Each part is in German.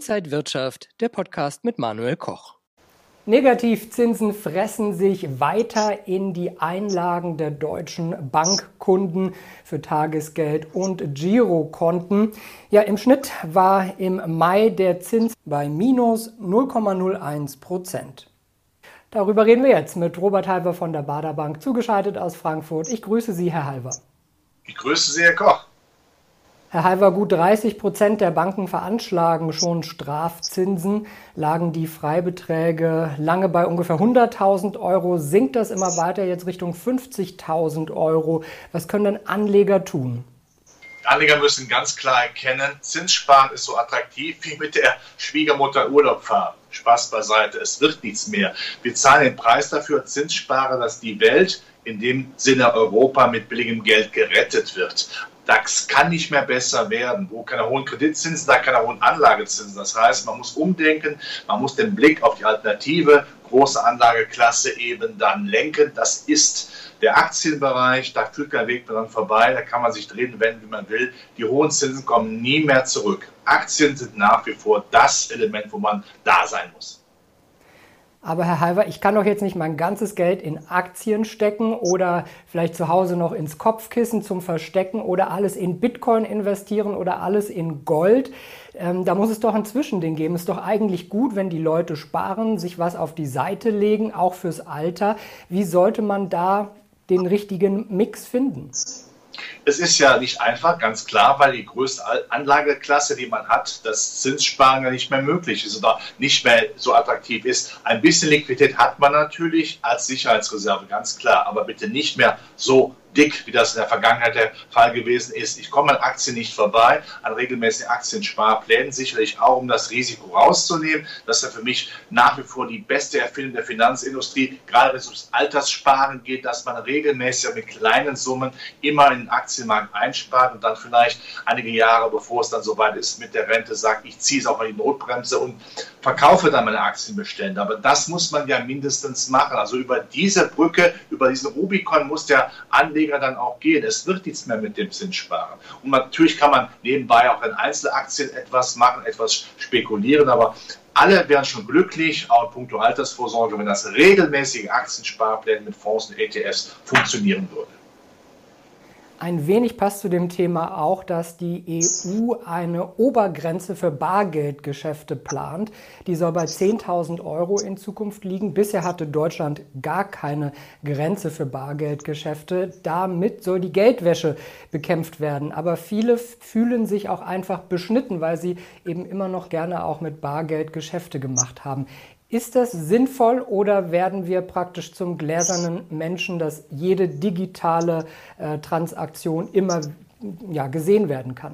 Inside Wirtschaft, der Podcast mit Manuel Koch. Negativzinsen fressen sich weiter in die Einlagen der deutschen Bankkunden für Tagesgeld und Girokonten. Ja, im Schnitt war im Mai der Zins bei minus 0,01%. Darüber reden wir jetzt mit Robert Halver von der Baader Bank, zugeschaltet aus Frankfurt. Ich grüße Sie, Herr Halver. Ich grüße Sie, Herr Koch. Herr Halver, gut 30% der Banken veranschlagen schon Strafzinsen. Lagen die Freibeträge lange bei ungefähr 100.000 Euro, sinkt das immer weiter jetzt Richtung 50.000 Euro. Was können denn Anleger tun? Anleger müssen ganz klar erkennen, Zinssparen ist so attraktiv wie mit der Schwiegermutter Urlaub fahren. Spaß beiseite, es wird nichts mehr. Wir zahlen den Preis dafür, Zinssparer, dass die Welt, in dem Sinne Europa, mit billigem Geld gerettet wird. Das kann nicht mehr besser werden. Wo keine hohen Kreditzinsen, da keine hohen Anlagezinsen. Das heißt, man muss umdenken, man muss den Blick auf die alternative große Anlageklasse eben dann lenken. Das ist der Aktienbereich, da führt kein Weg daran vorbei, da kann man sich drehen, wenden, wie man will. Die hohen Zinsen kommen nie mehr zurück. Aktien sind nach wie vor das Element, wo man da sein muss. Aber Herr Halver, ich kann doch jetzt nicht mein ganzes Geld in Aktien stecken oder vielleicht zu Hause noch ins Kopfkissen zum Verstecken oder alles in Bitcoin investieren oder alles in Gold. Da muss es doch ein Zwischending geben. Es ist doch eigentlich gut, wenn die Leute sparen, sich was auf die Seite legen, auch fürs Alter. Wie sollte man da den richtigen Mix finden? Es ist ja nicht einfach, ganz klar, weil die größte Anlageklasse, die man hat, das Zinssparen ja nicht mehr möglich ist oder nicht mehr so attraktiv ist. Ein bisschen Liquidität hat man natürlich als Sicherheitsreserve, ganz klar, aber bitte nicht mehr so dick, wie das in der Vergangenheit der Fall gewesen ist. Ich komme an Aktien nicht vorbei, an regelmäßigen Aktiensparplänen, sicherlich auch, um das Risiko rauszunehmen. Das ist ja für mich nach wie vor die beste Erfindung der Finanzindustrie, gerade wenn es ums Alterssparen geht, dass man regelmäßig mit kleinen Summen immer in den Aktienmarkt einspart und dann vielleicht einige Jahre, bevor es dann soweit ist, mit der Rente sagt, ich ziehe es auch mal die Notbremse und verkaufe dann meine Aktienbestände. Aber das muss man ja mindestens machen. Also über diese Brücke, über diesen Rubikon muss der Anleger dann auch gehen. Es wird nichts mehr mit dem Zinssparen. Und natürlich kann man nebenbei auch in Einzelaktien etwas machen, etwas spekulieren, aber alle wären schon glücklich, auch in puncto Altersvorsorge, wenn das regelmäßige Aktiensparpläne mit Fonds und ETFs funktionieren würde. Ein wenig passt zu dem Thema auch, dass die EU eine Obergrenze für Bargeldgeschäfte plant. Die soll bei 10.000 Euro in Zukunft liegen. Bisher hatte Deutschland gar keine Grenze für Bargeldgeschäfte. Damit soll die Geldwäsche bekämpft werden. Aber viele fühlen sich auch einfach beschnitten, weil sie eben immer noch gerne auch mit Bargeld Geschäfte gemacht haben. Ist das sinnvoll oder werden wir praktisch zum gläsernen Menschen, dass jede digitale Transaktion immer gesehen werden kann?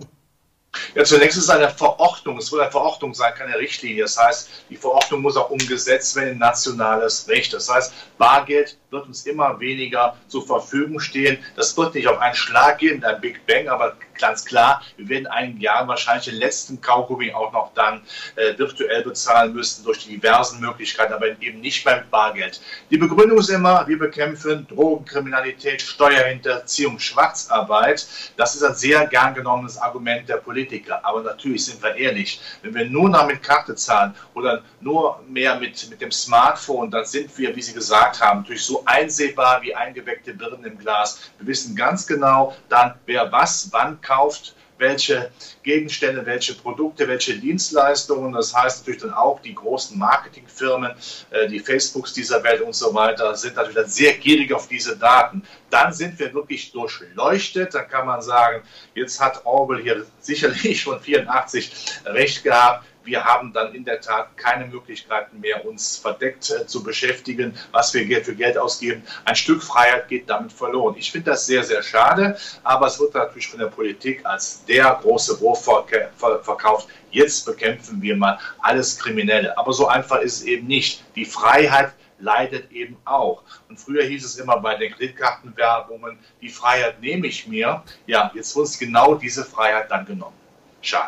Ja, zunächst ist es eine Verordnung. Es soll eine Verordnung sein, keine Richtlinie. Das heißt, die Verordnung muss auch umgesetzt werden in nationales Recht. Das heißt, Bargeld wird uns immer weniger zur Verfügung stehen. Das wird nicht auf einen Schlag gehen, ein Big Bang, aber ganz klar, wir werden in einigen Jahren wahrscheinlich den letzten Kaugummi auch noch dann virtuell bezahlen müssen durch die diversen Möglichkeiten, aber eben nicht mehr mit Bargeld. Die Begründung ist immer, wir bekämpfen Drogenkriminalität, Steuerhinterziehung, Schwarzarbeit. Das ist ein sehr gern genommenes Argument der Politiker. Aber natürlich sind wir ehrlich, wenn wir nur noch mit Karte zahlen oder nur mehr mit dem Smartphone, dann sind wir, wie Sie gesagt haben, natürlich so einsehbar wie eingeweckte Birnen im Glas. Wir wissen ganz genau dann, wer was wann kauft, welche Gegenstände, welche Produkte, welche Dienstleistungen. Das heißt natürlich dann auch, die großen Marketingfirmen, die Facebooks dieser Welt und so weiter, sind natürlich dann sehr gierig auf diese Daten. Dann sind wir wirklich durchleuchtet. Dann kann man sagen, jetzt hat Orwell hier sicherlich schon 84 recht gehabt. Wir haben dann in der Tat keine Möglichkeiten mehr, uns verdeckt zu beschäftigen, was wir für Geld ausgeben. Ein Stück Freiheit geht damit verloren. Ich finde das sehr, sehr schade, aber es wird natürlich von der Politik als der große Wurf verkauft. Jetzt bekämpfen wir mal alles Kriminelle. Aber so einfach ist es eben nicht. Die Freiheit leidet eben auch. Und früher hieß es immer bei den Kreditkartenwerbungen, die Freiheit nehme ich mir. Ja, jetzt wird uns genau diese Freiheit dann genommen. Schade.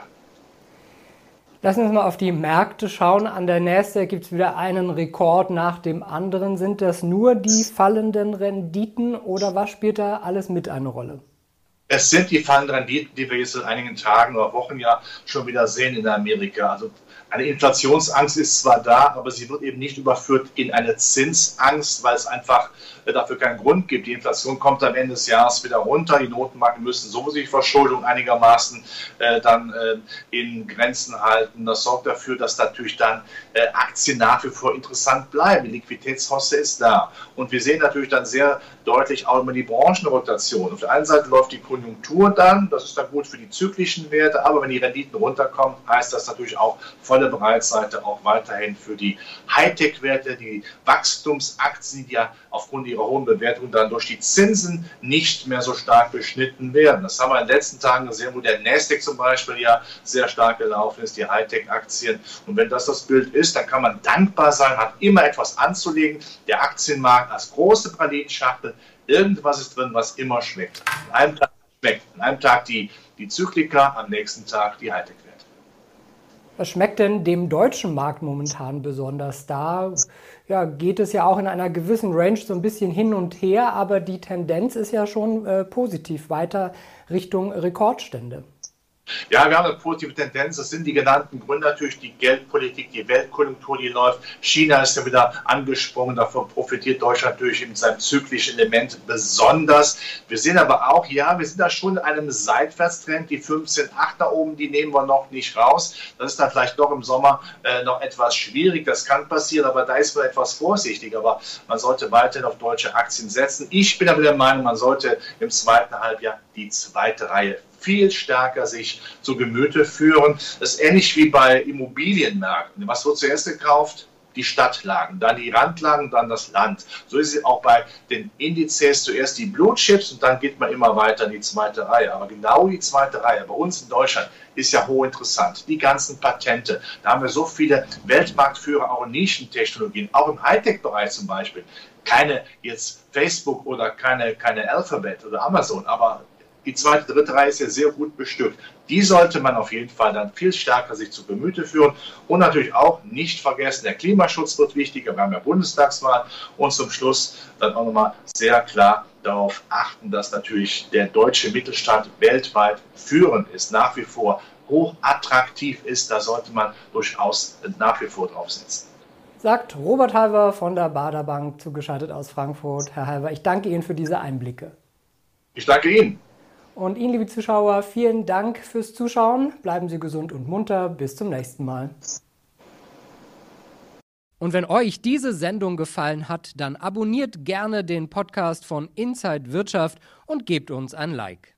Lassen wir uns mal auf die Märkte schauen. An der Nasdaq gibt es wieder einen Rekord nach dem anderen. Sind das nur die fallenden Renditen oder was spielt da alles mit eine Rolle? Es sind die fallenden Renditen, die wir jetzt in einigen Tagen oder Wochen ja schon wieder sehen in Amerika. Also eine Inflationsangst ist zwar da, aber sie wird eben nicht überführt in eine Zinsangst, weil es einfach dafür keinen Grund gibt. Die Inflation kommt am Ende des Jahres wieder runter. Die Notenbanken müssen sowieso die Verschuldung einigermaßen dann in Grenzen halten. Das sorgt dafür, dass natürlich dann Aktien nach wie vor interessant bleiben. Die Liquiditätshosse ist da. Und wir sehen natürlich dann sehr deutlich auch immer die Branchenrotation. Auf der einen Seite läuft die Konjunktur dann, das ist dann gut für die zyklischen Werte, aber wenn die Renditen runterkommen, heißt das natürlich auch volle Breitseite auch weiterhin für die Hightech-Werte, die Wachstumsaktien, die ja aufgrund ihrer hohen Bewertung dann durch die Zinsen nicht mehr so stark beschnitten werden. Das haben wir in den letzten Tagen gesehen, wo der Nasdaq zum Beispiel ja sehr stark gelaufen ist, die Hightech-Aktien. Und wenn das Bild ist, dann kann man dankbar sein, hat immer etwas anzulegen. Der Aktienmarkt als große Pralinenschachtel, irgendwas ist drin, was immer schmeckt. An einem Tag schmeckt, an einem Tag die Zyklika, am nächsten Tag die Hightech-Werte. Was schmeckt denn dem deutschen Markt momentan besonders? Da geht es ja auch in einer gewissen Range so ein bisschen hin und her, aber die Tendenz ist ja schon positiv weiter Richtung Rekordstände. Ja, wir haben eine positive Tendenz. Das sind die genannten Gründe natürlich, die Geldpolitik, die Weltkonjunktur, die läuft. China ist ja wieder angesprungen. Davon profitiert Deutschland natürlich mit seinem zyklischen Element besonders. Wir sehen aber auch, wir sind da schon in einem Seitwärtstrend. Die 15,8 da oben, die nehmen wir noch nicht raus. Das ist dann vielleicht doch im Sommer noch etwas schwierig. Das kann passieren, aber da ist man etwas vorsichtig. Aber man sollte weiterhin auf deutsche Aktien setzen. Ich bin aber der Meinung, man sollte im zweiten Halbjahr die zweite Reihe viel stärker sich zu Gemüte führen. Das ist ähnlich wie bei Immobilienmärkten. Was wird zuerst gekauft? Die Stadtlagen, dann die Randlagen, dann das Land. So ist es auch bei den Indizes, zuerst die Blue Chips und dann geht man immer weiter in die zweite Reihe. Aber genau die zweite Reihe bei uns in Deutschland ist ja hochinteressant. Die ganzen Patente, da haben wir so viele Weltmarktführer auch in Nischentechnologien, auch im Hightech-Bereich zum Beispiel. Keine jetzt Facebook oder keine Alphabet oder Amazon, aber die zweite, dritte Reihe ist ja sehr gut bestückt. Die sollte man auf jeden Fall dann viel stärker sich zu Gemüte führen und natürlich auch nicht vergessen, der Klimaschutz wird wichtiger, wir haben ja Bundestagswahl und zum Schluss dann auch nochmal sehr klar darauf achten, dass natürlich der deutsche Mittelstand weltweit führend ist, nach wie vor hoch attraktiv ist, da sollte man durchaus nach wie vor drauf setzen. Sagt Robert Halver von der Baader Bank, zugeschaltet aus Frankfurt. Herr Halver, ich danke Ihnen für diese Einblicke. Ich danke Ihnen. Und Ihnen, liebe Zuschauer, vielen Dank fürs Zuschauen. Bleiben Sie gesund und munter. Bis zum nächsten Mal. Und wenn euch diese Sendung gefallen hat, dann abonniert gerne den Podcast von Inside Wirtschaft und gebt uns ein Like.